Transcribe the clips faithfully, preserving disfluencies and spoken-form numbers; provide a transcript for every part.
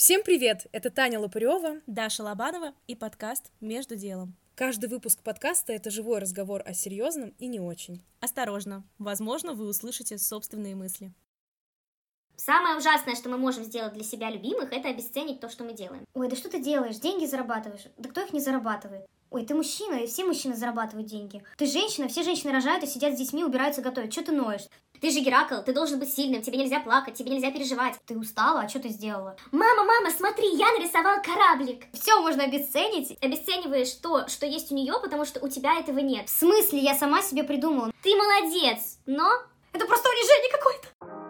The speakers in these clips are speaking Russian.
Всем привет! Это Таня Лопырева, Даша Лобанова и подкаст «Между делом». Каждый выпуск подкаста — это живой разговор о серьезном и не очень. Осторожно, возможно, вы услышите собственные мысли. Самое ужасное, что мы можем сделать для себя любимых, это обесценить то, что мы делаем. Ой, да что ты делаешь? Деньги зарабатываешь? Да кто их не зарабатывает? Ой, ты мужчина, и все мужчины зарабатывают деньги. Ты женщина, все женщины рожают и сидят с детьми, убираются, готовят. Что ты ноешь? Ты же Геракл, ты должен быть сильным, тебе нельзя плакать, тебе нельзя переживать. Ты устала, а что ты сделала? Мама, мама, смотри, я нарисовал кораблик. Все можно обесценить. Обесцениваешь то, что есть у нее, потому что у тебя этого нет. В смысле, я сама себе придумала. Ты молодец, но это просто унижение какое-то.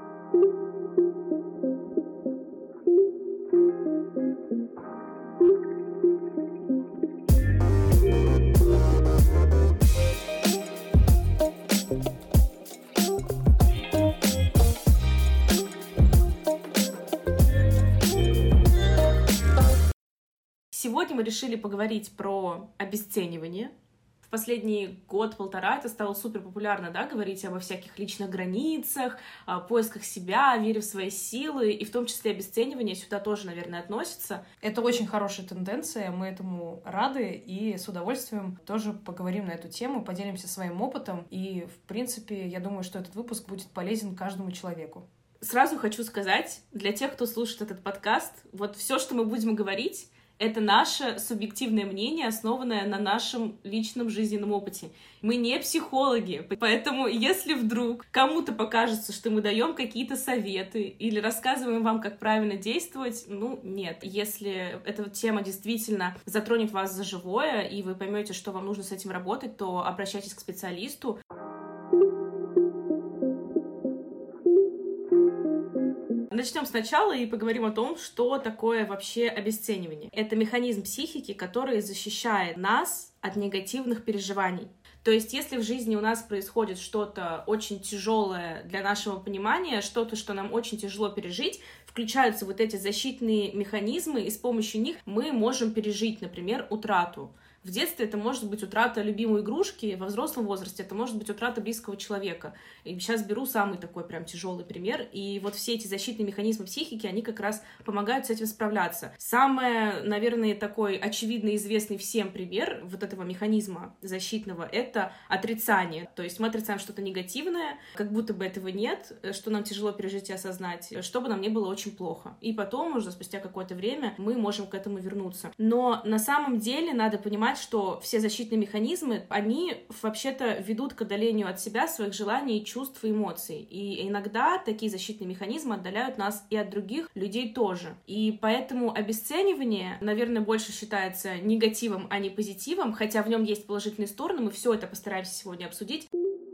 Сегодня мы решили поговорить про обесценивание. В последний год-полтора это стало супер популярно, да, говорить обо всяких личных границах, о поисках себя, вере в свои силы, и в том числе обесценивание сюда тоже, наверное, относится. Это очень хорошая тенденция, мы этому рады и с удовольствием тоже поговорим на эту тему, поделимся своим опытом, и, в принципе, я думаю, что этот выпуск будет полезен каждому человеку. Сразу хочу сказать, для тех, кто слушает этот подкаст, вот все, что мы будем говорить, это наше субъективное мнение, основанное на нашем личном жизненном опыте. Мы не психологи, поэтому если вдруг кому-то покажется, что мы даем какие-то советы или рассказываем вам, как правильно действовать, ну, нет. Если эта тема действительно затронет вас за живое, и вы поймете, что вам нужно с этим работать, то обращайтесь к специалисту. Начнем сначала и поговорим о том, что такое вообще обесценивание. Это механизм психики, который защищает нас от негативных переживаний. То есть, если в жизни у нас происходит что-то очень тяжелое для нашего понимания, что-то, что нам очень тяжело пережить, включаются вот эти защитные механизмы, и с помощью них мы можем пережить, например, утрату. В детстве это может быть утрата любимой игрушки, во взрослом возрасте это может быть утрата близкого человека. И сейчас беру самый такой прям тяжелый пример. И вот все эти защитные механизмы психики, они как раз помогают с этим справляться. Самый, наверное, такой очевидно известный всем пример вот этого механизма защитного — это отрицание. То есть мы отрицаем что-то негативное, как будто бы этого нет, что нам тяжело пережить и осознать, чтобы нам не было очень плохо. И потом, уже спустя какое-то время, мы можем к этому вернуться. Но на самом деле надо понимать, что все защитные механизмы, они вообще-то ведут к отдалению от себя своих желаний, чувств и эмоций. И иногда такие защитные механизмы отдаляют нас и от других людей тоже. И поэтому обесценивание, наверное, больше считается негативом, а не позитивом, хотя в нем есть положительные стороны, мы все это постараемся сегодня обсудить.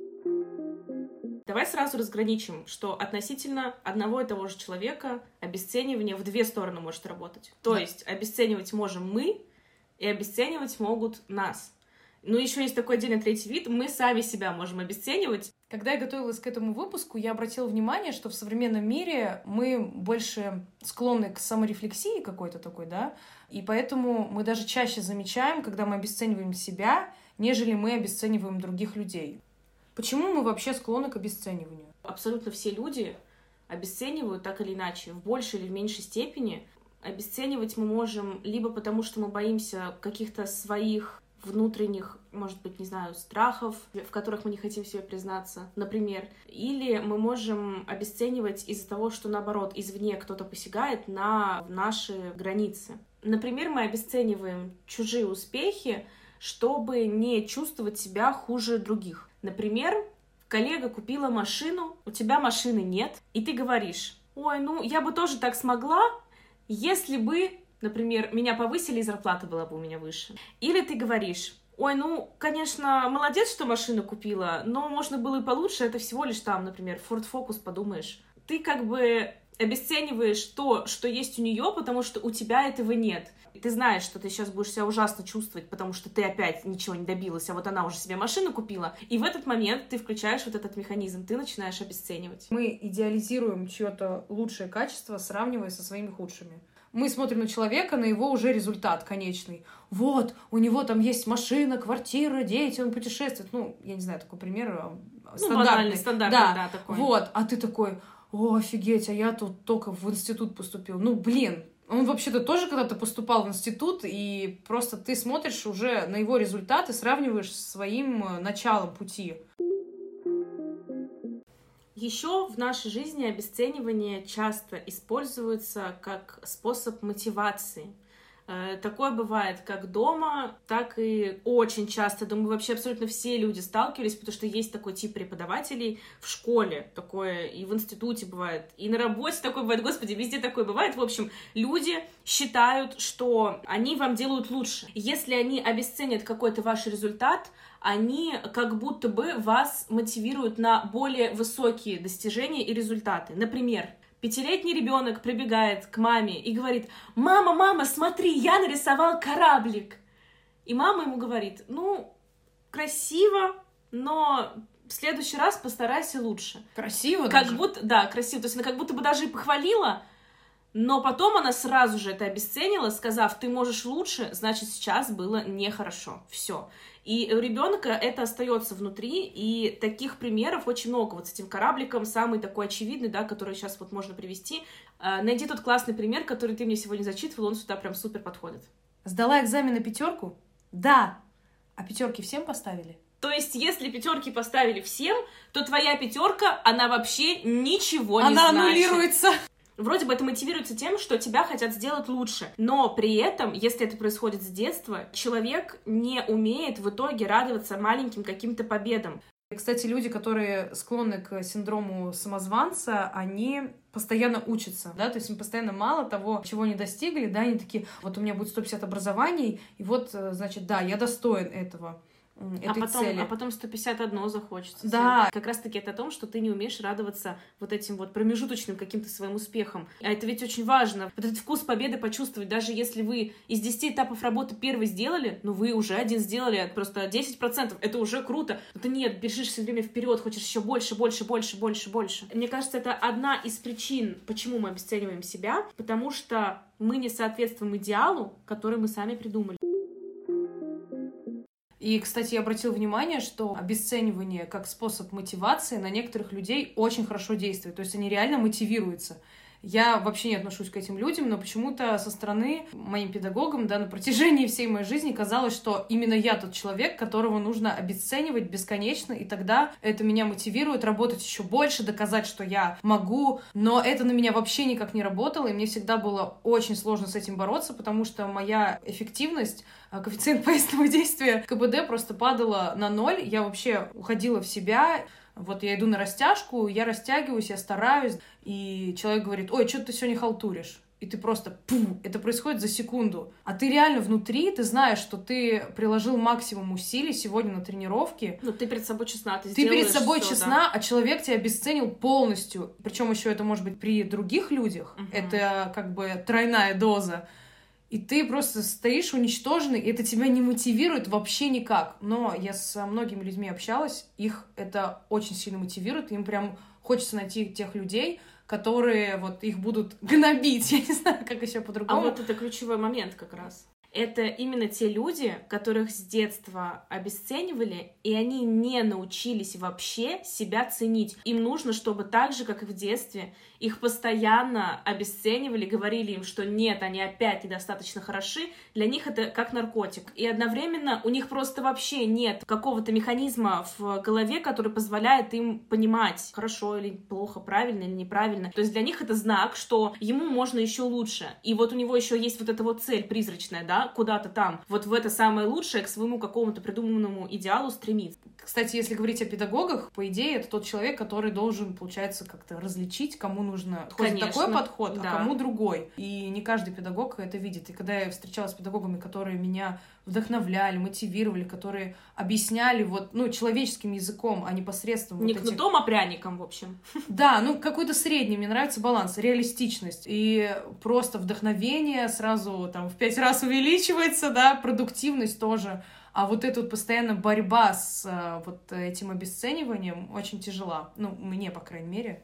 Давай сразу разграничим, что относительно одного и того же человека обесценивание в две стороны может работать. То Да. есть обесценивать можем мы, и обесценивать могут нас. Ну, еще есть такой отдельный третий вид. Мы сами себя можем обесценивать. Когда я готовилась к этому выпуску, я обратила внимание, что в современном мире мы больше склонны к саморефлексии какой-то такой, да, и поэтому мы даже чаще замечаем, когда мы обесцениваем себя, нежели мы обесцениваем других людей. Почему мы вообще склонны к обесцениванию? Абсолютно все люди обесценивают так или иначе, в большей или в меньшей степени. Обесценивать мы можем либо потому, что мы боимся каких-то своих внутренних, может быть, не знаю, страхов, в которых мы не хотим себе признаться, например. Или мы можем обесценивать из-за того, что, наоборот, извне кто-то посягает на наши границы. Например, мы обесцениваем чужие успехи, чтобы не чувствовать себя хуже других. Например, коллега купила машину, у тебя машины нет, и ты говоришь: «Ой, ну, я бы тоже так смогла, если бы, например, меня повысили, и зарплата была бы у меня выше». Или ты говоришь: «Ой, ну, конечно, молодец, что машину купила, но можно было и получше, это всего лишь там, например, Ford Focus, подумаешь». Ты как бы обесцениваешь то, что есть у нее, потому что у тебя этого нет. И ты знаешь, что ты сейчас будешь себя ужасно чувствовать, потому что ты опять ничего не добилась, а вот она уже себе машину купила. И в этот момент ты включаешь вот этот механизм, ты начинаешь обесценивать. Мы идеализируем чье-то лучшее качество, сравнивая со своими худшими. Мы смотрим на человека, на его уже результат конечный. Вот, у него там есть машина, квартира, дети, он путешествует. Ну, я не знаю, такой пример ну, стандартный. Банальный, стандартный, да, да, такой. Вот, а ты такой: о, офигеть, а я тут только в институт поступил. Ну, блин, Он вообще-то тоже когда-то поступал в институт, и просто ты смотришь уже на его результаты, сравниваешь с своим началом пути. Еще в нашей жизни обесценивание часто используется как способ мотивации. Такое бывает как дома, так и очень часто, думаю, вообще абсолютно все люди сталкивались, потому что есть такой тип преподавателей в школе, такое и в институте бывает, и на работе такое бывает, господи, везде такое бывает. В общем, люди считают, что они вам делают лучше. Если они обесценят какой-то ваш результат, они как будто бы вас мотивируют на более высокие достижения и результаты. Например, пятилетний ребенок прибегает к маме и говорит: «Мама, мама, смотри, я нарисовал кораблик». И мама ему говорит: «Ну, красиво, но в следующий раз постарайся лучше». Красиво как даже? будто, да, красиво. То есть она как будто бы даже и похвалила, но потом она сразу же это обесценила, сказав: «Ты можешь лучше, значит, сейчас было нехорошо». Все. И у ребенка это остается внутри, и таких примеров очень много. Вот с этим корабликом самый такой очевидный, да, который сейчас вот можно привести. Найди тот классный пример, который ты мне сегодня зачитывал, он сюда прям супер подходит. Сдала экзамен на пятерку? Да. А пятерки всем поставили? То есть, если пятерки поставили всем, то твоя пятерка, она вообще ничего не Она значит. Она аннулируется. Вроде бы это мотивируется тем, что тебя хотят сделать лучше. Но при этом, если это происходит с детства, человек не умеет в итоге радоваться маленьким каким-то победам. Кстати, люди, которые склонны к синдрому самозванца, они постоянно учатся, да, то есть им постоянно мало того, чего они достигли, да, они такие: вот у меня будет сто пятьдесят образований, и вот, значит, да, я достоин этого. Этой а, потом, цели. а потом сто пятьдесят один захочется. Да. Всем. Как раз-таки это о том, что ты не умеешь радоваться вот этим вот промежуточным каким-то своим успехам. А это ведь очень важно. Вот этот вкус победы почувствовать. Даже если вы из десяти этапов работы первый сделали, ну вы уже один сделали, просто десять процентов. Это уже круто. Но ты нет, бежишь все время вперед, хочешь еще больше, больше, больше, больше, больше. Мне кажется, это одна из причин, почему мы обесцениваем себя, потому что мы не соответствуем идеалу, который мы сами придумали. И, кстати, я обратила внимание, что обесценивание как способ мотивации на некоторых людей очень хорошо действует. То есть они реально мотивируются. Я вообще не отношусь к этим людям, но почему-то со стороны моим педагогам, да, на протяжении всей моей жизни казалось, что именно я тот человек, которого нужно обесценивать бесконечно, и тогда это меня мотивирует работать еще больше, доказать, что я могу, но это на меня вообще никак не работало, и мне всегда было очень сложно с этим бороться, потому что моя эффективность, коэффициент поистного действия ка пэ дэ просто падала на ноль, я вообще уходила в себя. Вот я иду на растяжку, я растягиваюсь, я стараюсь, и человек говорит: ой, что ты сегодня халтуришь? И ты просто пум, это происходит за секунду. А ты реально внутри, ты знаешь, что ты приложил максимум усилий сегодня на тренировке. Ну, ты перед собой честна, ты, ты перед собой всё, честна, да. А человек тебя обесценил полностью. Причем еще это может быть при других людях. Угу. Это как бы тройная доза. И ты просто стоишь уничтоженный, и это тебя не мотивирует вообще никак. Но я с многими людьми общалась, их это очень сильно мотивирует, им прям хочется найти тех людей, которые вот их будут гнобить, я не знаю, как еще по-другому. А вот это ключевой момент как раз. Это именно те люди, которых с детства обесценивали, и они не научились вообще себя ценить. Им нужно, чтобы так же, как и в детстве, их постоянно обесценивали, говорили им, что нет, они опять недостаточно хороши. Для них это как наркотик. И одновременно у них просто вообще нет какого-то механизма в голове, который позволяет им понимать, хорошо или плохо, правильно или неправильно. То есть для них это знак, что ему можно еще лучше. И вот у него еще есть вот эта вот цель призрачная, да, куда-то там, вот в это самое лучшее, к своему какому-то придуманному идеалу стремиться. Кстати, если говорить о педагогах, по идее, это тот человек, который должен, получается, как-то различить, кому нужно хоть такой подход, да. а кому другой. И не каждый педагог это видит. И когда я встречалась с педагогами, которые меня вдохновляли, мотивировали, которые объясняли вот, ну, человеческим языком, а не посредством Не вот этих... кнутом, а пряником, в общем. Да, ну, какой-то средний. Мне нравится баланс, реалистичность. И просто вдохновение сразу там в пять раз увеличивается, да, продуктивность тоже. А вот эта вот постоянно борьба с а, вот этим обесцениванием очень тяжела. Ну, мне, по крайней мере.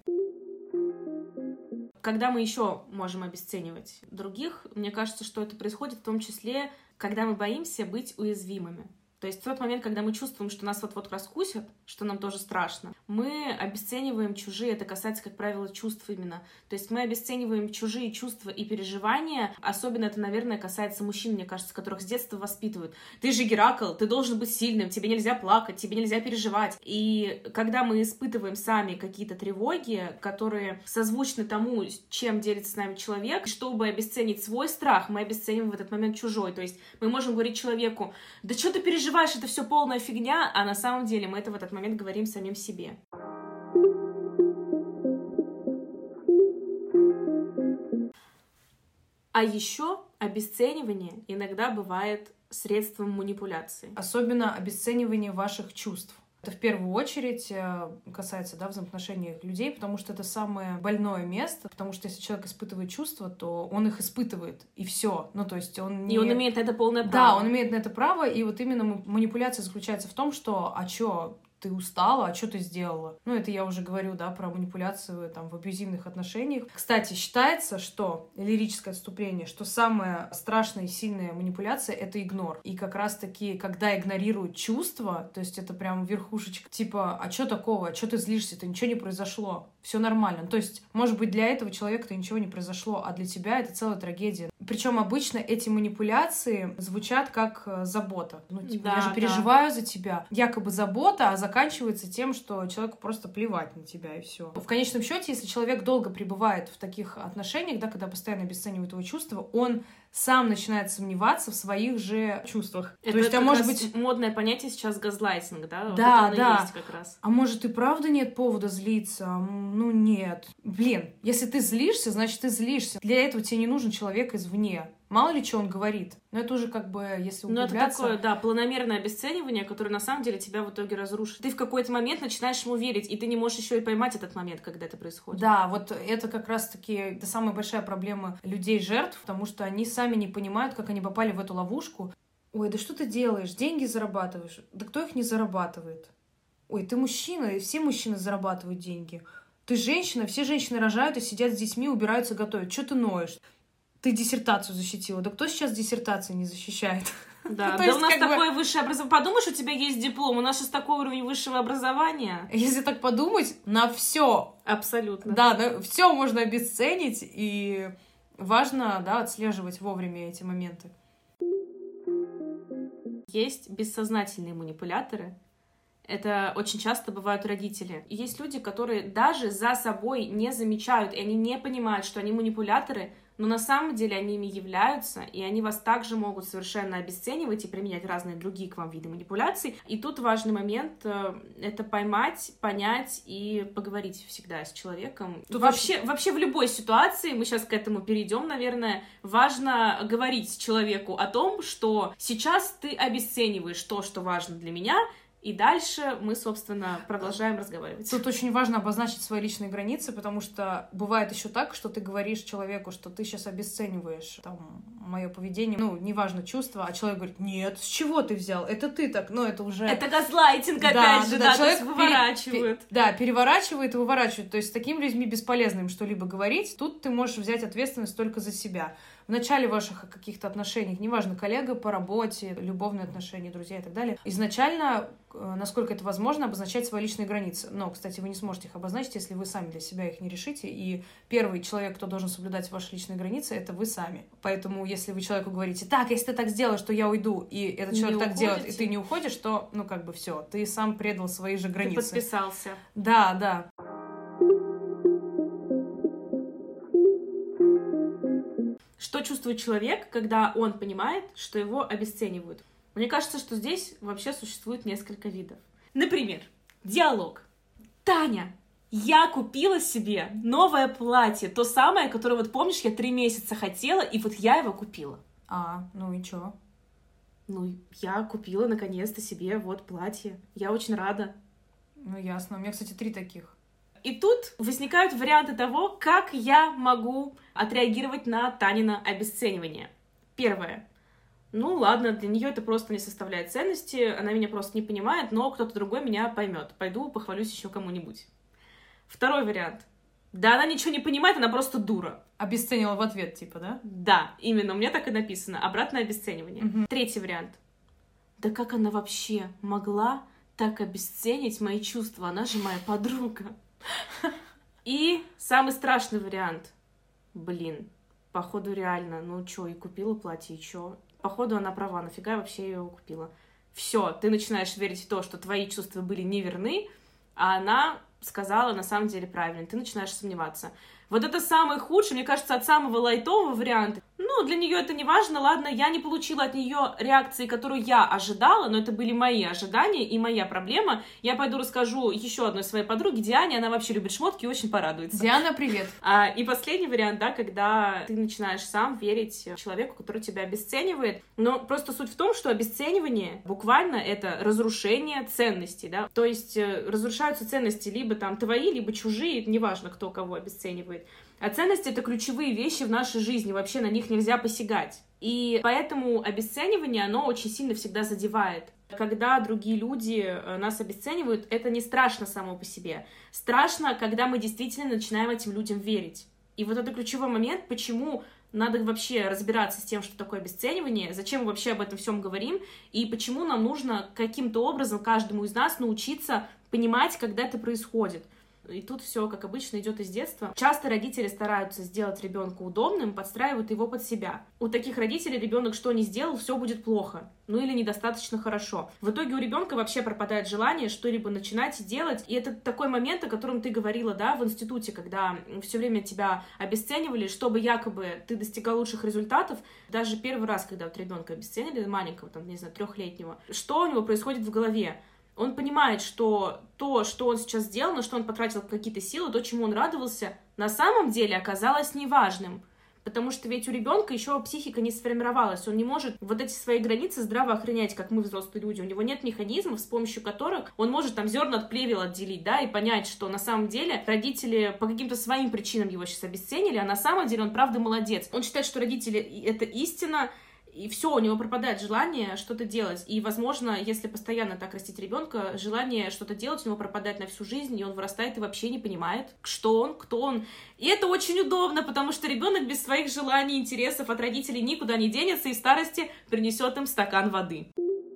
Когда мы еще можем обесценивать других, мне кажется, что это происходит в том числе, когда мы боимся быть уязвимыми. То есть в тот момент, когда мы чувствуем, что нас вот-вот раскусят, что нам тоже страшно, мы обесцениваем чужие, это касается, как правило, чувств именно. То есть мы обесцениваем чужие чувства и переживания, особенно это, наверное, касается мужчин, мне кажется, которых с детства воспитывают. Ты же Геракл, ты должен быть сильным, тебе нельзя плакать, тебе нельзя переживать. И когда мы испытываем сами какие-то тревоги, которые созвучны тому, чем делится с нами человек, чтобы обесценить свой страх, мы обесцениваем в этот момент чужой. То есть мы можем говорить человеку: да что ты переживаешь, это все полная фигня, а на самом деле мы это в этот момент говорим самим себе. А еще обесценивание иногда бывает средством манипуляции. Особенно обесценивание ваших чувств. Это в первую очередь касается, да, взаимоотношений людей, потому что это самое больное место, потому что если человек испытывает чувства, то он их испытывает, и все. Ну, то есть он не... И он имеет на это полное право. Да, он имеет на это право, и вот именно манипуляция заключается в том, что «а чё, ты устала, а что ты сделала?» Ну, это я уже говорю, да, про манипуляцию там в абьюзивных отношениях. Кстати, считается, что лирическое отступление, что самая страшная и сильная манипуляция — это игнор. И как раз-таки, когда игнорируют чувства, то есть это прям верхушечка, типа «а что такого, а что ты злишься-то, ничего не произошло, все нормально». То есть, может быть, для этого человека-то ничего не произошло, а для тебя это целая трагедия. Причем обычно эти манипуляции звучат как забота. Ну, типа, да, я же да. переживаю за тебя. Якобы забота, а заканчивается тем, что человеку просто плевать на тебя, и все. В конечном счете, если человек долго пребывает в таких отношениях, да, когда постоянно обесценивает его чувства, он сам начинает сомневаться в своих же чувствах. Это То есть, а как может раз быть... модное понятие сейчас газлайтинг, да? Вот Да, это оно да. и есть как раз. А может и правда нет повода злиться? Ну нет. Блин, если ты злишься, значит ты злишься. Для этого тебе не нужен человек извне. Мало ли, что он говорит. Но это уже как бы, если углубляться... Ну, это такое, да, планомерное обесценивание, которое на самом деле тебя в итоге разрушит. Ты в какой-то момент начинаешь ему верить, и ты не можешь еще и поймать этот момент, когда это происходит. Да, вот это как раз-таки это самая большая проблема людей-жертв, потому что они сами не понимают, как они попали в эту ловушку. Ой, да что ты делаешь? Деньги зарабатываешь? Да кто их не зарабатывает? Ой, ты мужчина, и все мужчины зарабатывают деньги. Ты женщина, все женщины рожают и сидят с детьми, убираются, готовят. Что ты ноешь? Ты диссертацию защитила. Да кто сейчас диссертации не защищает? Да, Ну, то да есть у нас как бы- такое высшее образование. Подумаешь, у тебя есть диплом, у нас сейчас такой уровень высшего образования. Если так подумать, на все, Абсолютно. да, на все можно обесценить, и важно, да, отслеживать вовремя эти моменты. Есть бессознательные манипуляторы. Это очень часто бывают родители. И есть люди, которые даже за собой не замечают, и они не понимают, что они манипуляторы, но на самом деле они ими являются, и они вас также могут совершенно обесценивать и применять разные другие к вам виды манипуляций. И тут важный момент э, — это поймать, понять и поговорить всегда с человеком. Тут вообще, вообще в любой ситуации, мы сейчас к этому перейдем, наверное, важно говорить человеку о том, что сейчас ты обесцениваешь то, что важно для меня, и дальше мы, собственно, продолжаем разговаривать. Тут очень важно обозначить свои личные границы, потому что бывает еще так, что ты говоришь человеку, что ты сейчас обесцениваешь там мое поведение, ну, неважно, чувство, а человек говорит: нет, с чего ты взял? Это ты так, ну, это уже... Это газлайтинг, опять Да, же, да, да, да, то человек есть пере- выворачивают. пе- Да, переворачивает и выворачивает. То есть с такими людьми бесполезно им что-либо говорить. Тут ты можешь взять ответственность только за себя. В начале ваших каких-то отношений, неважно, коллега по работе, любовные отношения, друзья и так далее, изначально, э, насколько это возможно, обозначать свои личные границы. Но, кстати, вы не сможете их обозначить, если вы сами для себя их не решите. И первый человек, кто должен соблюдать ваши личные границы, это вы сами. Поэтому, если вы человеку говорите: так, если ты так сделаешь, то я уйду, и этот Не человек так делает, и уходите. ты не уходишь, то, ну, как бы все, ты сам предал свои же Ты границы. подписался. Да, да. Что чувствует человек, когда он понимает, что его обесценивают? Мне кажется, что здесь вообще существует несколько видов. Например, диалог. Таня, я купила себе новое платье, то самое, которое, вот помнишь, я три месяца хотела, и вот я его купила. А, ну и чё? Ну, я купила наконец-то себе вот платье. Я очень рада. Ну, ясно. У меня, кстати, три таких. И тут возникают варианты того, как я могу отреагировать на Танина обесценивание. Первое. Ну ладно, для нее это просто не составляет ценности, она меня просто не понимает, но кто-то другой меня поймет. Пойду похвалюсь еще кому-нибудь. Второй вариант. Да, она ничего не понимает, она просто дура. Обесценила в ответ, типа, да? Да, именно, у меня так и написано. Обратное обесценивание. Мгм. Третий вариант. да как она вообще могла так обесценить мои чувства? Она же моя подруга. И самый страшный вариант. Блин, походу реально, ну чё, и купила платье, и чё? Походу она права, нафига я вообще ее купила? Все, ты начинаешь верить в то, что твои чувства были неверны, а она сказала на самом деле правильно. Ты начинаешь сомневаться. Вот это самый худший, мне кажется, от самого лайтового варианта. Ну, для нее это не важно, ладно, я не получила от нее реакции, которую я ожидала, но это были мои ожидания и моя проблема. Я пойду расскажу еще одной своей подруге, Диане, она вообще любит шмотки и очень порадуется. Диана, привет! А, и последний вариант, да, когда ты начинаешь сам верить человеку, который тебя обесценивает. Но просто суть в том, что обесценивание буквально это разрушение ценностей, да, то есть разрушаются ценности либо там твои, либо чужие, неважно, кто кого обесценивает. А ценности — это ключевые вещи в нашей жизни, вообще на них нельзя посягать. И поэтому обесценивание, оно очень сильно всегда задевает. Когда другие люди нас обесценивают, это не страшно само по себе. Страшно, когда мы действительно начинаем этим людям верить. И вот это ключевой момент, почему надо вообще разбираться с тем, что такое обесценивание, зачем мы вообще об этом всем говорим, и почему нам нужно каким-то образом каждому из нас научиться понимать, когда это происходит. И тут все, как обычно, идет из детства. Часто родители стараются сделать ребенка удобным, подстраивают его под себя. У таких родителей ребенок что ни сделал, все будет плохо. Ну или недостаточно хорошо. В итоге у ребенка вообще пропадает желание что-либо начинать и делать. И это такой момент, о котором ты говорила, да, в институте, когда все время тебя обесценивали, чтобы якобы ты достигал лучших результатов. Даже первый раз, когда вот ребенка обесценили, маленького, там, не знаю, трехлетнего, что у него происходит в голове? Он понимает, что то, что он сейчас сделал, на что он потратил какие-то силы, то, чему он радовался, на самом деле оказалось неважным. Потому что ведь у ребенка еще психика не сформировалась. Он не может вот эти свои границы здраво охранять, как мы, взрослые люди. У него нет механизмов, с помощью которых он может там зерна от плевел отделить, да, и понять, что на самом деле родители по каким-то своим причинам его сейчас обесценили, а на самом деле он правда молодец. Он считает, что родители — это истина, и все, у него пропадает желание что-то делать. И, возможно, если постоянно так растить ребенка, желание что-то делать у него пропадает на всю жизнь, и он вырастает и вообще не понимает, что он, кто он. И это очень удобно, потому что ребенок без своих желаний, интересов от родителей никуда не денется и в старости принесет им стакан воды.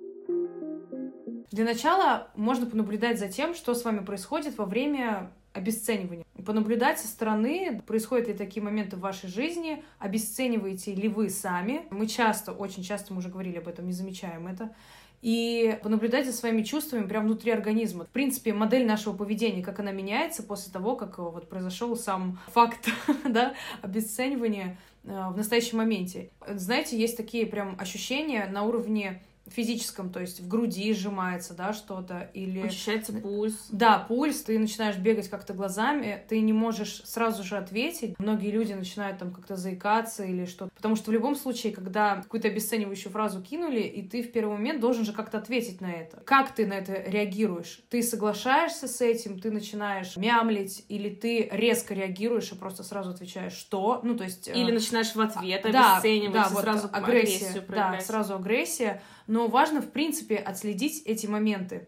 Для начала можно понаблюдать за тем, что с вами происходит во время обесценивания. Понаблюдать со стороны, происходят ли такие моменты в вашей жизни, обесцениваете ли вы сами. Мы часто, очень часто, мы уже говорили об этом, не замечаем это. И понаблюдать за своими чувствами прямо внутри организма. В принципе, модель нашего поведения, как она меняется после того, как вот произошел сам факт, да, обесценивания в настоящем моменте. Знаете, есть такие прям ощущения на уровне физическом, то есть в груди сжимается, да, что-то, или... Ощущается пульс. Да, пульс, ты начинаешь бегать как-то глазами, ты не можешь сразу же ответить. Многие люди начинают там как-то заикаться или что-то. Потому что в любом случае, когда какую-то обесценивающую фразу кинули, и ты в первый момент должен же как-то ответить на это. Как ты на это реагируешь? Ты соглашаешься с этим, ты начинаешь мямлить, или ты резко реагируешь и просто сразу отвечаешь «что?». Ну, то есть... Или начинаешь в ответ да, обесценивать, да, и вот сразу агрессия, агрессию проявлять. Да, сразу агрессия. Но важно, в принципе, отследить эти моменты.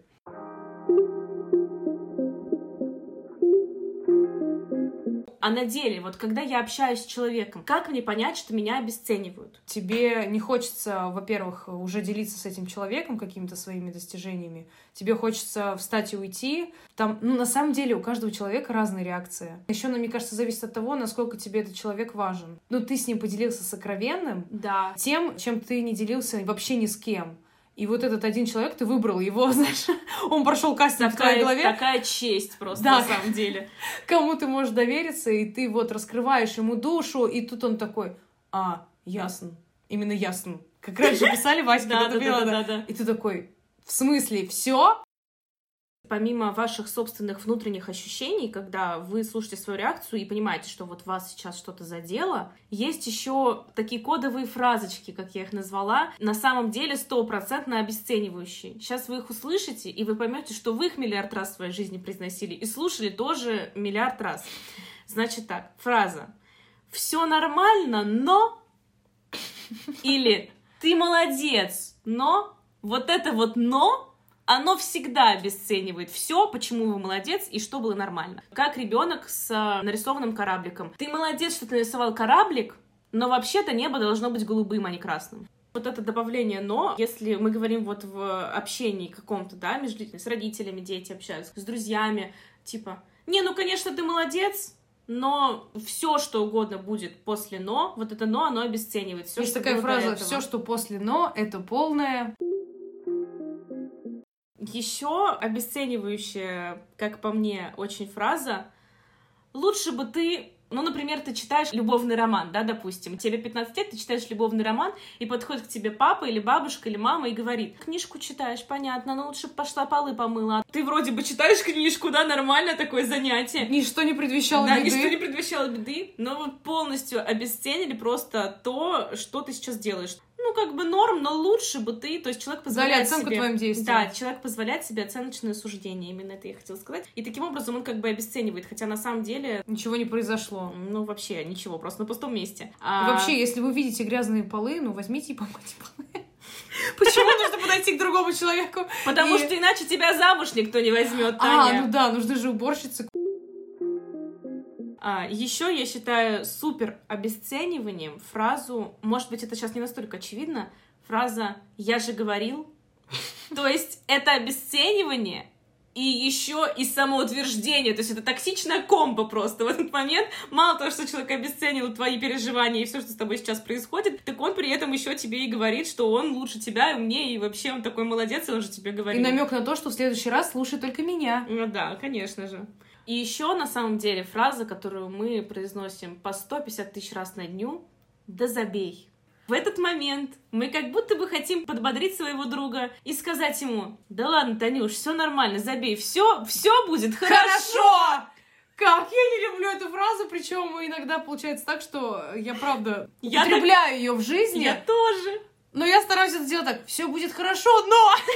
А на деле, вот когда я общаюсь с человеком, как мне понять, что меня обесценивают? Тебе не хочется, во-первых, уже делиться с этим человеком какими-то своими достижениями. Тебе хочется встать и уйти. Там, ну, на самом деле, у каждого человека разная реакция. Еще, ну, мне кажется, зависит от того, насколько тебе этот человек важен. Ну, ты с ним поделился сокровенным, да, тем, чем ты не делился вообще ни с кем. И вот этот один человек, ты выбрал его, знаешь, он прошел кастинг такая, в твоей голове. Такая честь просто, да, на самом деле. Кому ты можешь довериться, и ты вот раскрываешь ему душу, и тут он такой: а, ясно, именно ясно. Как раньше писали Ваське, да, да, да, да, да. И ты такой: в смысле, все? Помимо ваших собственных внутренних ощущений, когда вы слушаете свою реакцию и понимаете, что вот вас сейчас что-то задело, есть еще такие кодовые фразочки, как я их назвала, на самом деле стопроцентно обесценивающие. Сейчас вы их услышите, и вы поймете, что вы их миллиард раз в своей жизни произносили и слушали тоже миллиард раз. Значит так, фраза: «Все нормально, но...» Или «Ты молодец, но...» Вот это вот «но» оно всегда обесценивает все, почему вы молодец и что было нормально. Как ребенок с нарисованным корабликом. Ты молодец, что ты нарисовал кораблик, но вообще-то небо должно быть голубым, а не красным. Вот это добавление «но», если мы говорим вот в общении каком-то, да, между с родителями дети общаются, с друзьями, типа, не, ну, конечно, ты молодец, но все, что угодно будет после «но», вот это «но», оно обесценивает все, Есть что такая было до фраза этого. «все, что после «но», это полное». Еще обесценивающая, как по мне, очень фраза «лучше бы ты...» Ну, например, ты читаешь любовный роман, да, допустим, тебе пятнадцать лет, ты читаешь любовный роман, и подходит к тебе папа или бабушка или мама и говорит: книжку читаешь, понятно, но лучше бы пошла полы помыла. Ты вроде бы читаешь книжку, да, нормально такое занятие. Ничто не предвещало да, беды. ничто не предвещало беды, но вот полностью обесценили просто то, что ты сейчас делаешь. Ну, как бы норм, но лучше бы ты, то есть человек позволяет оценку себе... твоим действиям. Да, человек позволяет себе оценочное суждение, именно это я хотела сказать. И таким образом он как бы обесценивает, хотя на самом деле... Ничего не произошло. Ну, вообще ничего, просто на пустом месте. И А... вообще, если вы видите грязные полы, ну, возьмите и помойте полы. Почему нужно подойти к другому человеку? Потому и... что иначе тебя замуж никто не возьмет, А, Таня. ну да, нужны же уборщицы. А, еще я считаю супер обесцениванием фразу, может быть, это сейчас не настолько очевидно, фраза «я же говорил». То есть это обесценивание и еще и самоутверждение. То есть это токсичная комбо просто в этот момент. Мало того, что человек обесценил твои переживания и все, что с тобой сейчас происходит, так он при этом еще тебе и говорит, что он лучше тебя и умнее, и вообще он такой молодец, и он же тебе говорит. И намек на то, что в следующий раз слушай только меня. Ну да, конечно же. И еще, на самом деле, фраза, которую мы произносим по сто пятьдесят тысяч раз на дню: «Да забей». В этот момент мы как будто бы хотим подбодрить своего друга и сказать ему: да ладно, Танюш, все нормально, забей, все, все будет хорошо. Хорошо! Как я не люблю эту фразу, причем иногда получается так, что я правда Я употребляю ее в жизни, Я тоже. но я стараюсь это сделать так: все будет хорошо, но...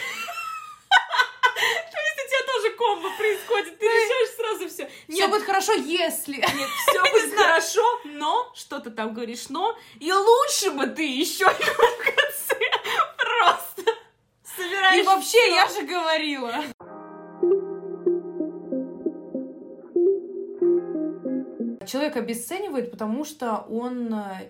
То есть у тебя тоже комбо происходит, ты решаешь сразу все. Все будет хорошо, если... Нет, все будет хорошо, но что ты там говоришь, но и лучше бы ты еще в конце просто собираешь. И вообще, всё. я же говорила. Человек обесценивает, потому что он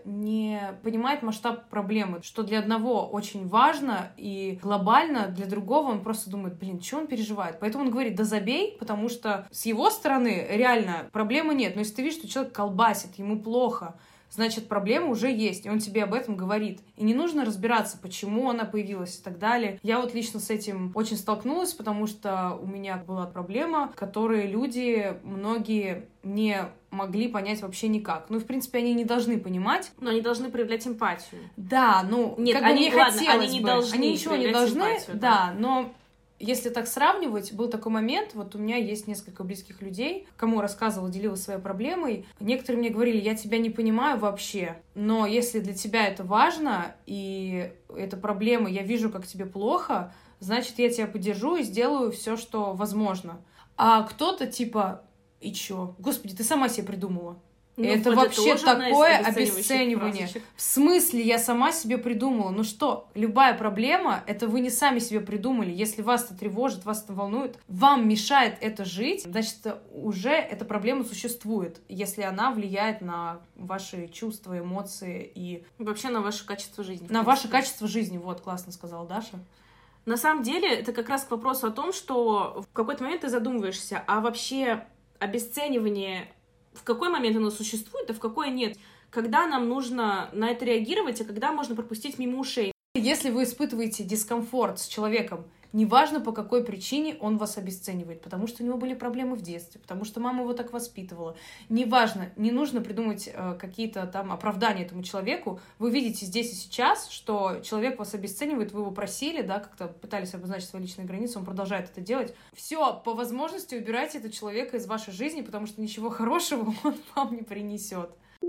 не понимает масштаб проблемы, что для одного очень важно и глобально, для другого он просто думает: блин, что он переживает? Поэтому он говорит: да забей, потому что с его стороны реально проблемы нет. Но если ты видишь, что человек колбасит, ему плохо, значит, проблема уже есть, и он тебе об этом говорит. И не нужно разбираться, почему она появилась и так далее. Я вот лично с этим очень столкнулась, потому что у меня была проблема, которую люди, многие, не могли понять вообще никак. Ну, в принципе, они не должны понимать. Но они должны проявлять эмпатию. Да, ну, Нет, как бы они, мне ладно, хотелось они не бы. должны Они ничего не проявлять должны, эмпатию, да, да. но... Если так сравнивать, был такой момент, вот у меня есть несколько близких людей, кому рассказывала, делилась своей проблемой. Некоторые мне говорили: я тебя не понимаю вообще, но если для тебя это важно, и эта проблема, я вижу, как тебе плохо, значит, я тебя поддержу и сделаю все, что возможно. А кто-то типа: и чё? Господи, ты сама себе придумала. Ну, это вот вообще это тоже одна из такое обесценивающих обесценивание. фразочек. В смысле, я сама себе придумала? Ну что, любая проблема, это вы не сами себе придумали. Если вас это тревожит, вас это волнует, вам мешает это жить, значит, уже эта проблема существует, если она влияет на ваши чувства, эмоции и... Вообще на ваше качество жизни. На ваше качество жизни, вот, классно сказала Даша. На самом деле, это как раз к вопросу о том, что в какой-то момент ты задумываешься, а вообще обесценивание... В какой момент оно существует, а в какой нет? Когда нам нужно на это реагировать, а когда можно пропустить мимо ушей? Если вы испытываете дискомфорт с человеком, неважно по какой причине он вас обесценивает, потому что у него были проблемы в детстве, потому что мама его так воспитывала. Неважно, не нужно придумать э, какие-то там оправдания этому человеку. Вы видите здесь и сейчас, что человек вас обесценивает, вы его просили, да, как-то пытались обозначить свои личные границы, он продолжает это делать. Все, по возможности убирайте этого человека из вашей жизни, потому что ничего хорошего он вам не принесет.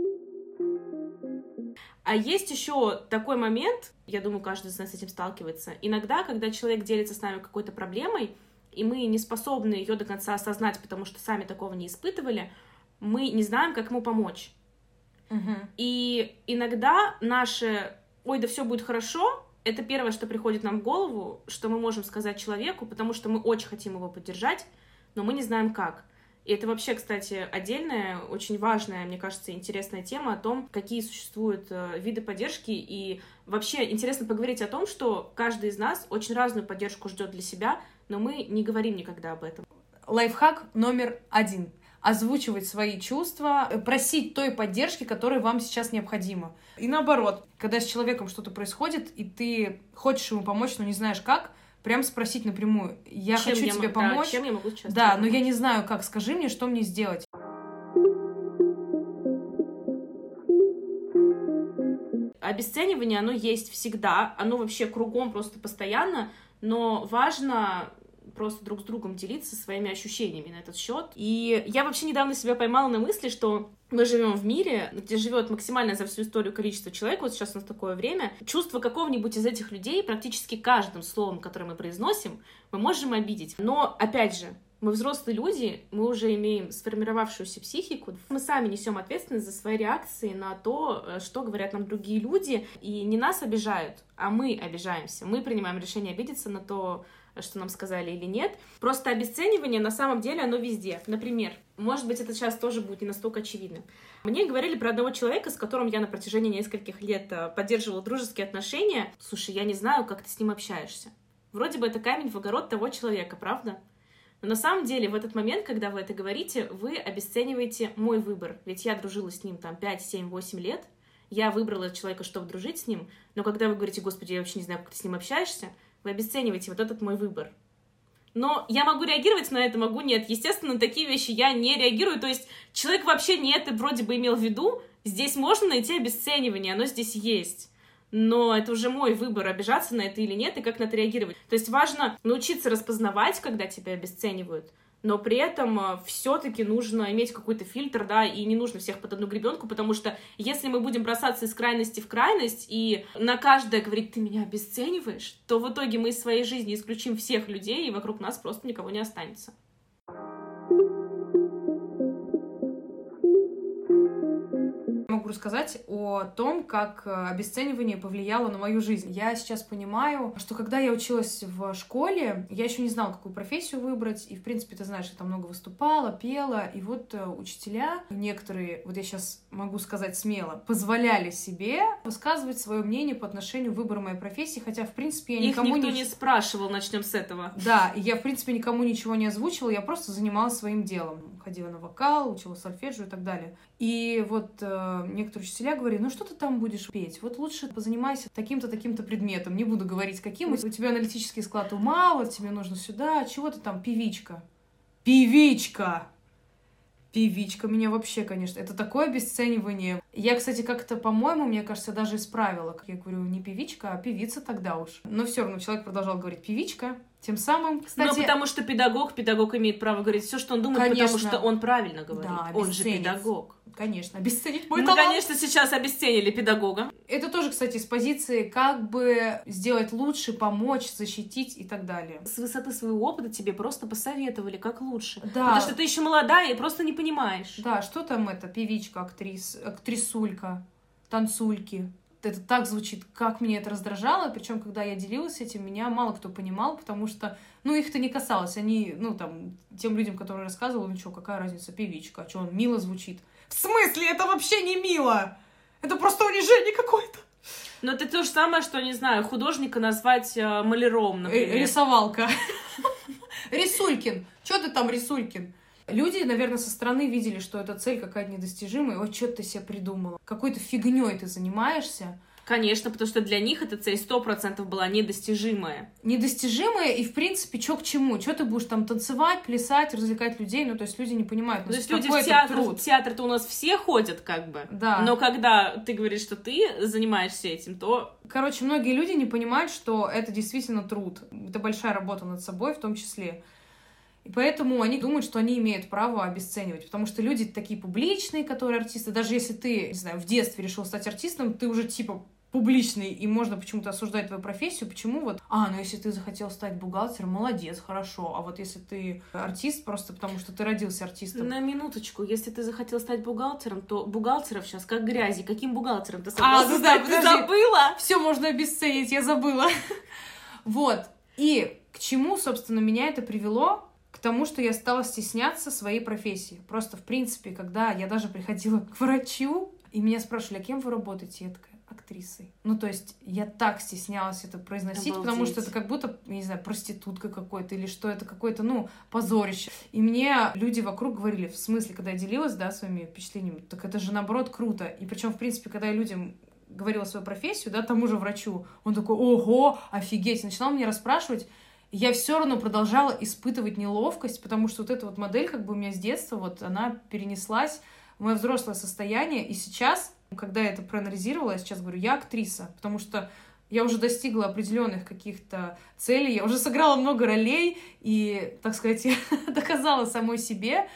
А есть еще такой момент, я думаю, каждый из нас с этим сталкивается. Иногда, когда человек делится с нами какой-то проблемой, и мы не способны ее до конца осознать, потому что сами такого не испытывали, мы не знаем, как ему помочь. Угу. И иногда наше «ой, да все будет хорошо» — это первое, что приходит нам в голову, что мы можем сказать человеку, потому что мы очень хотим его поддержать, но мы не знаем как. И это вообще, кстати, отдельная, очень важная, мне кажется, интересная тема о том, какие существуют виды поддержки. И вообще интересно поговорить о том, что каждый из нас очень разную поддержку ждет для себя, но мы не говорим никогда об этом. Лайфхак номер один. Озвучивать свои чувства, просить той поддержки, которая вам сейчас необходима. И наоборот, когда с человеком что-то происходит, и ты хочешь ему помочь, но не знаешь как, прям спросить напрямую. Я Чем хочу я тебе м- помочь. Да, чем я могу сейчас Да, тебе но я помочь? не знаю как. Скажи мне, что мне сделать. Обесценивание, оно есть всегда, оно вообще кругом просто постоянно, но важно просто друг с другом делиться своими ощущениями на этот счет. И я вообще недавно себя поймала на мысли, что мы живем в мире, где живет максимально за всю историю количество человек, вот сейчас у нас такое время, чувство какого-нибудь из этих людей практически каждым словом, которое мы произносим, мы можем обидеть. Но, опять же, мы взрослые люди, мы уже имеем сформировавшуюся психику, мы сами несем ответственность за свои реакции на то, что говорят нам другие люди, и не нас обижают, а мы обижаемся. Мы принимаем решение обидеться на то, что нам сказали или нет. Просто обесценивание, на самом деле, оно везде. Например, может быть, это сейчас тоже будет не настолько очевидно. Мне говорили про одного человека, с которым я на протяжении нескольких лет поддерживала дружеские отношения. Слушай, я не знаю, как ты с ним общаешься. Вроде бы это камень в огород того человека, правда? Но на самом деле, в этот момент, когда вы это говорите, вы обесцениваете мой выбор. Ведь я дружила с ним там пять, семь, восемь лет. Я выбрала человека, чтобы дружить с ним. Но когда вы говорите, господи, я вообще не знаю, как ты с ним общаешься, вы обесцениваете вот этот мой выбор. Но я могу реагировать на это, могу нет. Естественно, на такие вещи я не реагирую. То есть человек вообще не это вроде бы имел в виду. Здесь можно найти обесценивание, оно здесь есть. Но это уже мой выбор, обижаться на это или нет, и как на это реагировать. То есть важно научиться распознавать, когда тебя обесценивают, но при этом все-таки нужно иметь какой-то фильтр, да, и не нужно всех под одну гребенку, потому что если мы будем бросаться из крайности в крайность и на каждое говорить, ты меня обесцениваешь, то в итоге мы из своей жизни исключим всех людей, и вокруг нас просто никого не останется. Могу рассказать о том, как обесценивание повлияло на мою жизнь. Я сейчас понимаю, что когда я училась в школе, я еще не знала, какую профессию выбрать, и, в принципе, ты знаешь, я там много выступала, пела, и вот учителя, некоторые, вот я сейчас могу сказать смело, позволяли себе высказывать свое мнение по отношению к выбору моей профессии, хотя, в принципе, я Их никому никто не... не спрашивал, начнем с этого. Да, и я, в принципе, никому ничего не озвучивала, я просто занималась своим делом. Ходила на вокал, учила сольфеджио и так далее. И вот э, некоторые учителя говорили, ну что ты там будешь петь? Вот лучше позанимайся таким-то, таким-то предметом. Не буду говорить, каким. У тебя аналитический склад ума, вот тебе нужно сюда. Чего ты там? Певичка. Певичка! Певичка меня вообще, конечно, это такое обесценивание. Я, кстати, как-то, по-моему, мне кажется, даже исправила. Как я говорю, не певичка, а певица тогда уж. Но все равно человек продолжал говорить певичка. Тем самым, кстати... Ну, потому что педагог, педагог имеет право говорить все, что он думает, Конечно. потому что он правильно говорит. Да, он же обесценить. педагог. Конечно, обесценить мой Мы, талант. конечно, сейчас обесценили педагога. Это тоже, кстати, с позиции как бы сделать лучше, помочь, защитить и так далее. С высоты своего опыта тебе просто посоветовали, как лучше. Да. Потому что ты еще молодая и просто не понимаешь. Да, что там это? Певичка, актрис, актрисулька, танцульки. Это так звучит, как меня это раздражало. Причем, когда я делилась этим, меня мало кто понимал, потому что, ну, их-то не касалось. Они, ну, там, тем людям, которые рассказывали, ну, что, какая разница, певичка, а что, он мило звучит. В смысле? Это вообще не мило! Это просто унижение какое-то. Но это то же самое, что, не знаю, художника назвать э, маляром, например. Рисовалка. Рисулькин. Что ты там, Рисулькин? Люди, наверное, со стороны видели, что эта цель какая-то недостижимая. Ой, что ты себе придумала? Какой-то фигней ты занимаешься. Конечно, потому что для них эта цель сто процентов была недостижимая. Недостижимая, и, в принципе, что к чему? Что ты будешь там танцевать, плясать, развлекать людей? Ну, то есть люди не понимают, То есть какой люди в это театр, труд. в театр-то у нас все ходят, как бы. Да. Но когда ты говоришь, что ты занимаешься этим, то... Короче, многие люди не понимают, что это действительно труд. Это большая работа над собой в том числе. И поэтому они думают, что они имеют право обесценивать. Потому что люди такие публичные, которые артисты. Даже если ты, не знаю, в детстве решил стать артистом, ты уже типа публичный, и можно почему-то осуждать твою профессию. Почему вот? А, ну если ты захотел стать бухгалтером, молодец, хорошо. А вот если ты артист, просто потому что ты родился артистом. На минуточку, если ты захотел стать бухгалтером, то бухгалтеров сейчас как грязи. Каким бухгалтером ты А, собрался ну да, стать? Ты подожди. забыла? Все можно обесценить, я забыла. Вот. И к чему, собственно, меня это привело? К тому, что я стала стесняться своей профессии. Просто, в принципе, когда я даже приходила к врачу, и меня спрашивали, а кем вы работаете? Я такая, актрисой. Ну, то есть я так стеснялась это произносить, Обалдеть. Потому что это как будто, я не знаю, проститутка какой-то, или что это какое-то, ну, позорище. И мне люди вокруг говорили, в смысле, когда я делилась, да, своими впечатлениями, так это же, наоборот, круто. И причем, в принципе, когда я людям говорила свою профессию, да, тому же врачу, он такой, ого, офигеть, начинал меня расспрашивать, я все равно продолжала испытывать неловкость, потому что вот эта вот модель, как бы у меня с детства, вот она перенеслась в мое взрослое состояние, и сейчас, когда я это проанализировала, я сейчас говорю, я актриса, потому что я уже достигла определенных каких-то целей, я уже сыграла много ролей, и, так сказать, я доказала самой себе,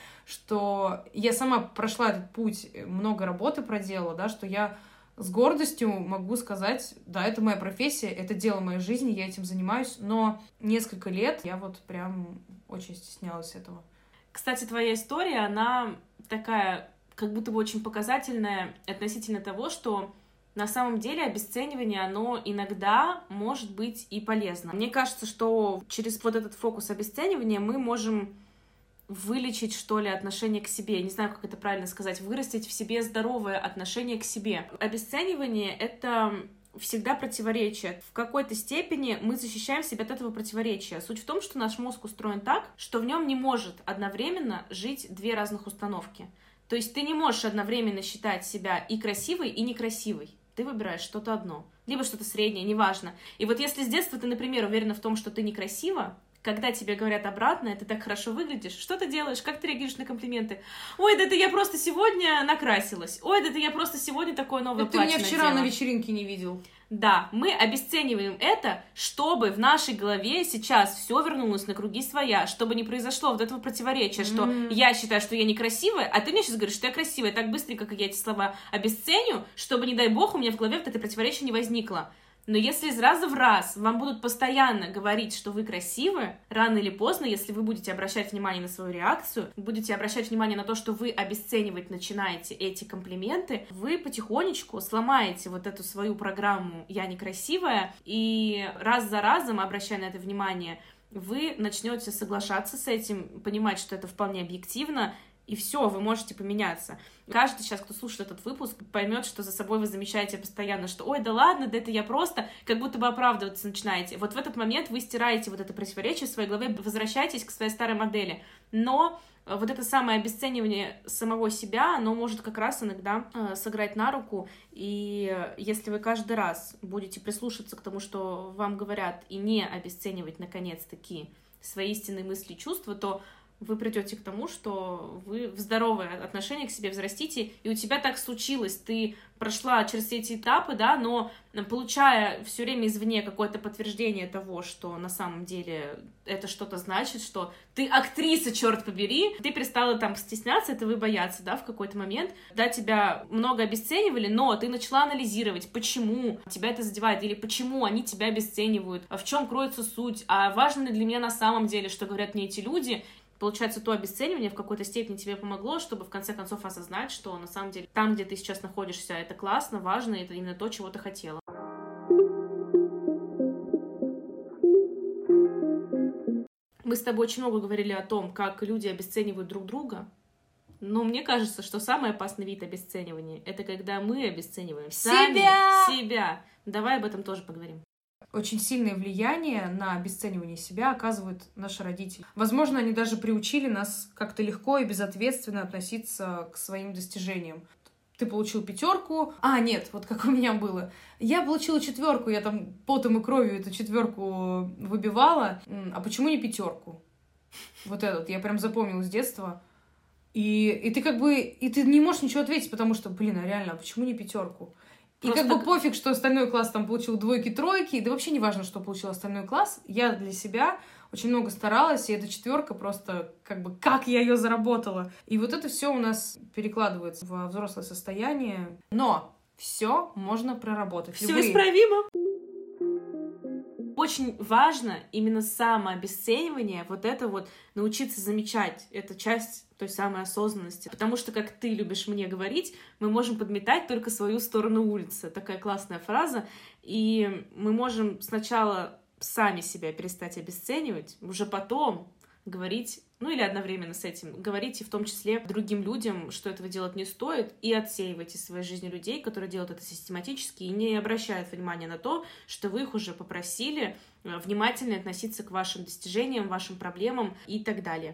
что я сама прошла этот путь, много работы проделала, да, что я с гордостью могу сказать, да, это моя профессия, это дело моей жизни, я этим занимаюсь, но несколько лет я вот прям очень стеснялась этого. Кстати, твоя история, она такая, как будто бы очень показательная относительно того, что на самом деле обесценивание, оно иногда может быть и полезно. Мне кажется, что через вот этот фокус обесценивания мы можем вылечить, что ли, отношение к себе. Я не знаю, как это правильно сказать. Вырастить в себе здоровое отношение к себе. Обесценивание — это всегда противоречие. В какой-то степени мы защищаем себя от этого противоречия. Суть в том, что наш мозг устроен так, что в нем не может одновременно жить две разных установки. То есть ты не можешь одновременно считать себя и красивой, и некрасивой. Ты выбираешь что-то одно. Либо что-то среднее, неважно. И вот если с детства ты, например, уверена в том, что ты некрасива, когда тебе говорят обратное, ты так хорошо выглядишь, что ты делаешь, как ты реагируешь на комплименты? Ой, да это я просто сегодня накрасилась. Ой, да это я просто сегодня такое новое это платье ты меня вчера надела. На вечеринке не видел. Да, мы обесцениваем это, чтобы в нашей голове сейчас все вернулось на круги своя, чтобы не произошло вот этого противоречия, что mm. я считаю, что я некрасивая, а ты мне сейчас говоришь, что я красивая. Так быстренько, как я эти слова обесценю, чтобы, не дай бог, у меня в голове вот это противоречие не возникло. Но если из раза в раз вам будут постоянно говорить, что вы красивы, рано или поздно, если вы будете обращать внимание на свою реакцию, будете обращать внимание на то, что вы обесценивать начинаете эти комплименты, вы потихонечку сломаете вот эту свою программу «я некрасивая», и раз за разом, обращая на это внимание, вы начнете соглашаться с этим, понимать, что это вполне объективно, и все, вы можете поменяться. Каждый сейчас, кто слушает этот выпуск, поймет, что за собой вы замечаете постоянно, что «Ой, да ладно, да это я просто», как будто бы оправдываться начинаете. Вот в этот момент вы стираете вот это противоречие в своей голове, возвращаетесь к своей старой модели. Но вот это самое обесценивание самого себя, оно может как раз иногда э, сыграть на руку. И если вы каждый раз будете прислушиваться к тому, что вам говорят, и не обесценивать, наконец-таки, свои истинные мысли и чувства, то вы придете к тому, что вы в здоровое отношение к себе взрастите, и у тебя так случилось, ты прошла через все эти этапы, да, но получая все время извне какое-то подтверждение того, что на самом деле это что-то значит, что ты актриса, черт побери, ты перестала там стесняться этого и бояться, да, в какой-то момент, да, тебя много обесценивали, но ты начала анализировать, почему тебя это задевает, или почему они тебя обесценивают, в чем кроется суть, а важно ли для меня на самом деле, что говорят мне эти люди. Получается, то обесценивание в какой-то степени тебе помогло, чтобы в конце концов осознать, что на самом деле там, где ты сейчас находишься, это классно, важно, и это именно то, чего ты хотела. Мы с тобой очень много говорили о том, как люди обесценивают друг друга, но мне кажется, что самый опасный вид обесценивания — это когда мы обесцениваем сами себя. себя. Давай об этом тоже поговорим. Очень сильное влияние на обесценивание себя оказывают наши родители. Возможно, они даже приучили нас как-то легко и безответственно относиться к своим достижениям. Ты получил пятерку. А, нет, вот как у меня было. Я получила четверку, я там потом и кровью эту четверку выбивала. А почему не пятерку? Вот этот, я прям запомнила с детства. И, и ты как бы, и ты не можешь ничего ответить, потому что, блин, а реально, а почему не пятерку? И Просто как бы пофиг, что остальной класс там получил двойки, тройки, да вообще не важно, что получил остальной класс. Я для себя очень много старалась, и эта четверка просто как бы как я ее заработала. И вот это все у нас перекладывается во взрослое состояние. Но все можно проработать. Все Любые... исправимо. Очень важно именно самообесценивание, вот это вот научиться замечать. Это часть той самой осознанности. Потому что, как ты любишь мне говорить, мы можем подметать только свою сторону улицы. Такая классная фраза. И мы можем сначала сами себя перестать обесценивать, уже потом говорить ну или одновременно с этим говорите в том числе другим людям, что этого делать не стоит, и отсеивайте в своей жизни людей, которые делают это систематически и не обращают внимания на то, что вы их уже попросили внимательно относиться к вашим достижениям, вашим проблемам и так далее.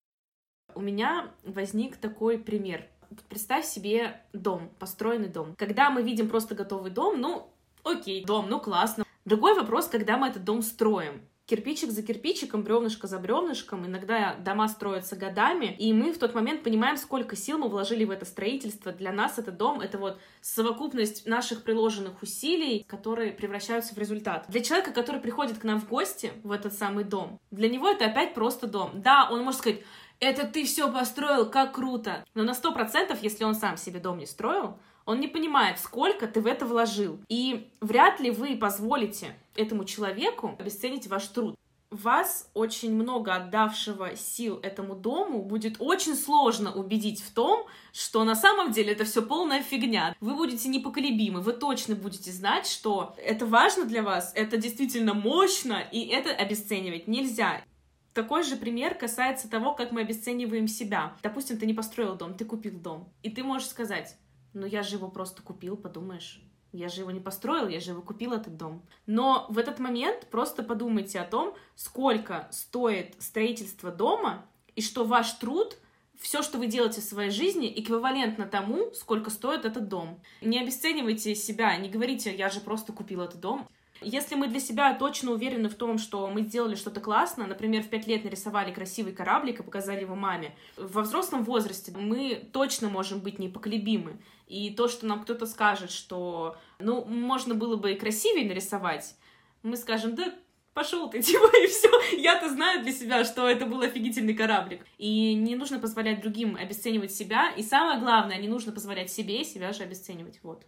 У меня возник такой пример. Представь себе дом, построенный дом. Когда мы видим просто готовый дом, ну, окей, дом, ну классно. Другой вопрос, когда мы этот дом строим. Кирпичик за кирпичиком, бревнышко за бревнышком. Иногда дома строятся годами, и мы в тот момент понимаем, сколько сил мы вложили в это строительство. Для нас этот дом — это вот совокупность наших приложенных усилий, которые превращаются в результат. Для человека, который приходит к нам в гости в этот самый дом, для него это опять просто дом. Да, он может сказать: это ты все построил, как круто. Но на сто процентов, если он сам себе дом не строил, он не понимает, сколько ты в это вложил. И вряд ли вы позволите этому человеку обесценить ваш труд. Вас, очень много отдавшего сил этому дому, будет очень сложно убедить в том, что на самом деле это все полная фигня. Вы будете непоколебимы, вы точно будете знать, что это важно для вас, это действительно мощно, и это обесценивать нельзя. Такой же пример касается того, как мы обесцениваем себя. Допустим, ты не построил дом, ты купил дом. И ты можешь сказать: ну я же его просто купил, подумаешь. Я же его не построил, я же его купил, этот дом. Но в этот момент просто подумайте о том, сколько стоит строительство дома, и что ваш труд, все, что вы делаете в своей жизни, эквивалентно тому, сколько стоит этот дом. Не обесценивайте себя, не говорите: я же просто купил этот дом. Если мы для себя точно уверены в том, что мы сделали что-то классно, например, в пять лет нарисовали красивый кораблик и показали его маме, во взрослом возрасте мы точно можем быть непоколебимы. И то, что нам кто-то скажет, что, ну, можно было бы и красивее нарисовать, мы скажем: да пошел ты, типа, и все. Я-то знаю для себя, что это был офигительный кораблик. И не нужно позволять другим обесценивать себя. И самое главное, не нужно позволять себе себя же обесценивать. Вот.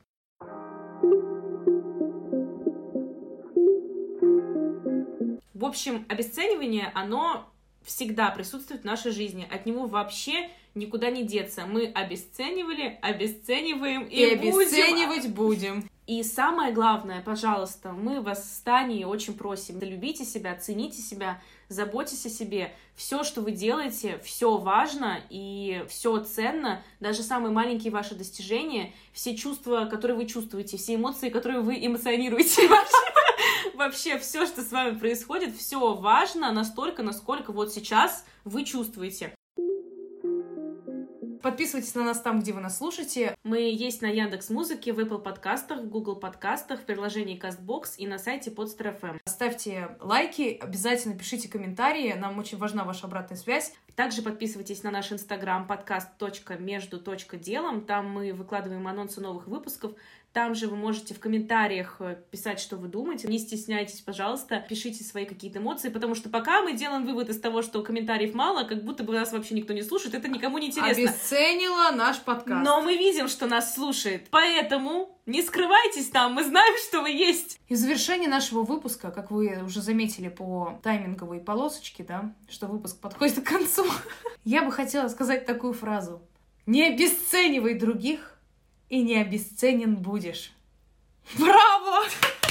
В общем, обесценивание, оно всегда присутствует в нашей жизни. От него вообще никуда не деться. Мы обесценивали, обесцениваем и, и будем. обесценивать будем. И самое главное, пожалуйста, мы вас с Таней очень просим: любите себя, цените себя, заботьтесь о себе. Все, что вы делаете, все важно и все ценно. Даже самые маленькие ваши достижения, все чувства, которые вы чувствуете, все эмоции, которые вы эмоционируете. Вообще все, что с вами происходит, все важно настолько, насколько вот сейчас вы чувствуете. Подписывайтесь на нас там, где вы нас слушаете. Мы есть на Яндекс.Музыке, в Apple подкастах, в Google подкастах, в приложении CastBox и на сайте Podster эф эм. Ставьте лайки, обязательно пишите комментарии, нам очень важна ваша обратная связь. Также подписывайтесь на наш инстаграм подкаст точка между точка делом. Там мы выкладываем анонсы новых выпусков. Там же вы можете в комментариях писать, что вы думаете. Не стесняйтесь, пожалуйста, пишите свои какие-то эмоции, потому что пока мы делаем вывод из того, что комментариев мало, как будто бы нас вообще никто не слушает, это никому не интересно. Обесценила наш подкаст. Но мы видим, что нас слушает, поэтому не скрывайтесь там, мы знаем, что вы есть. И в завершении нашего выпуска, как вы уже заметили по тайминговой полосочке, да, что выпуск подходит к концу, я бы хотела сказать такую фразу: не обесценивай других, и не обесценен будешь. Браво!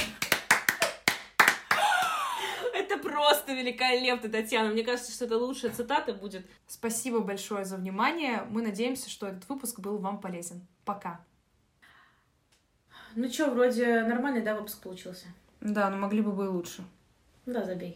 Это просто великолепно, Татьяна. Мне кажется, что это лучшая цитата будет. Спасибо большое за внимание. Мы надеемся, что этот выпуск был вам полезен. Пока. Ну чё, вроде нормальный, да, выпуск получился? Да, но могли бы быть лучше. Да, забей.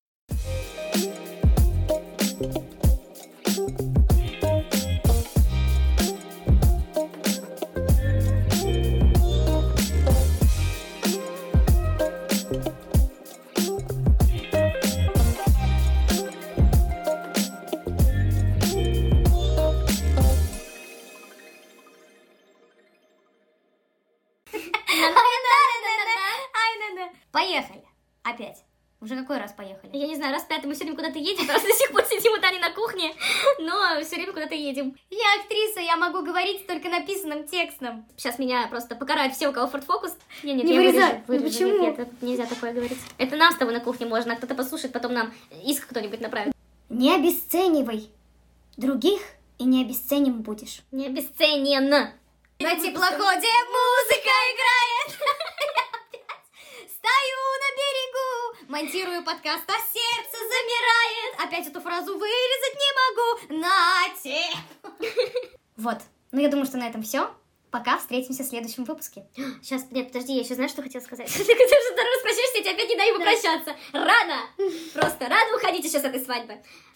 Поехали. Опять. Уже какой раз поехали? Я не знаю, раз пятый мы все время куда-то едем, просто до сих пор сидим у Тани на кухне, но все время куда-то едем. Я актриса, я могу говорить только написанным текстом. Сейчас меня просто покарают все, у кого Ford Focus. Не, нет, не я вырезай. вырежу, вырежу. Ну почему? Нет, нет, нельзя такое говорить. Это нам с тобой на кухне можно, а кто-то послушает, потом нам иск кто-нибудь направит. Не обесценивай других, и не обесценим будешь. Не обесценен. На теплоходе музыка играет. Стою на берегу, монтирую подкаст, а сердце замирает. Опять эту фразу вырезать не могу. Нате. Вот. Ну, я думаю, что на этом все. Пока, встретимся в следующем выпуске. Сейчас, нет, подожди, я еще знаешь, что хотела сказать? Ты хотела, что второй раз прощаешься, я тебе опять не даю попрощаться. Рано! Просто рано уходите сейчас с этой свадьбы.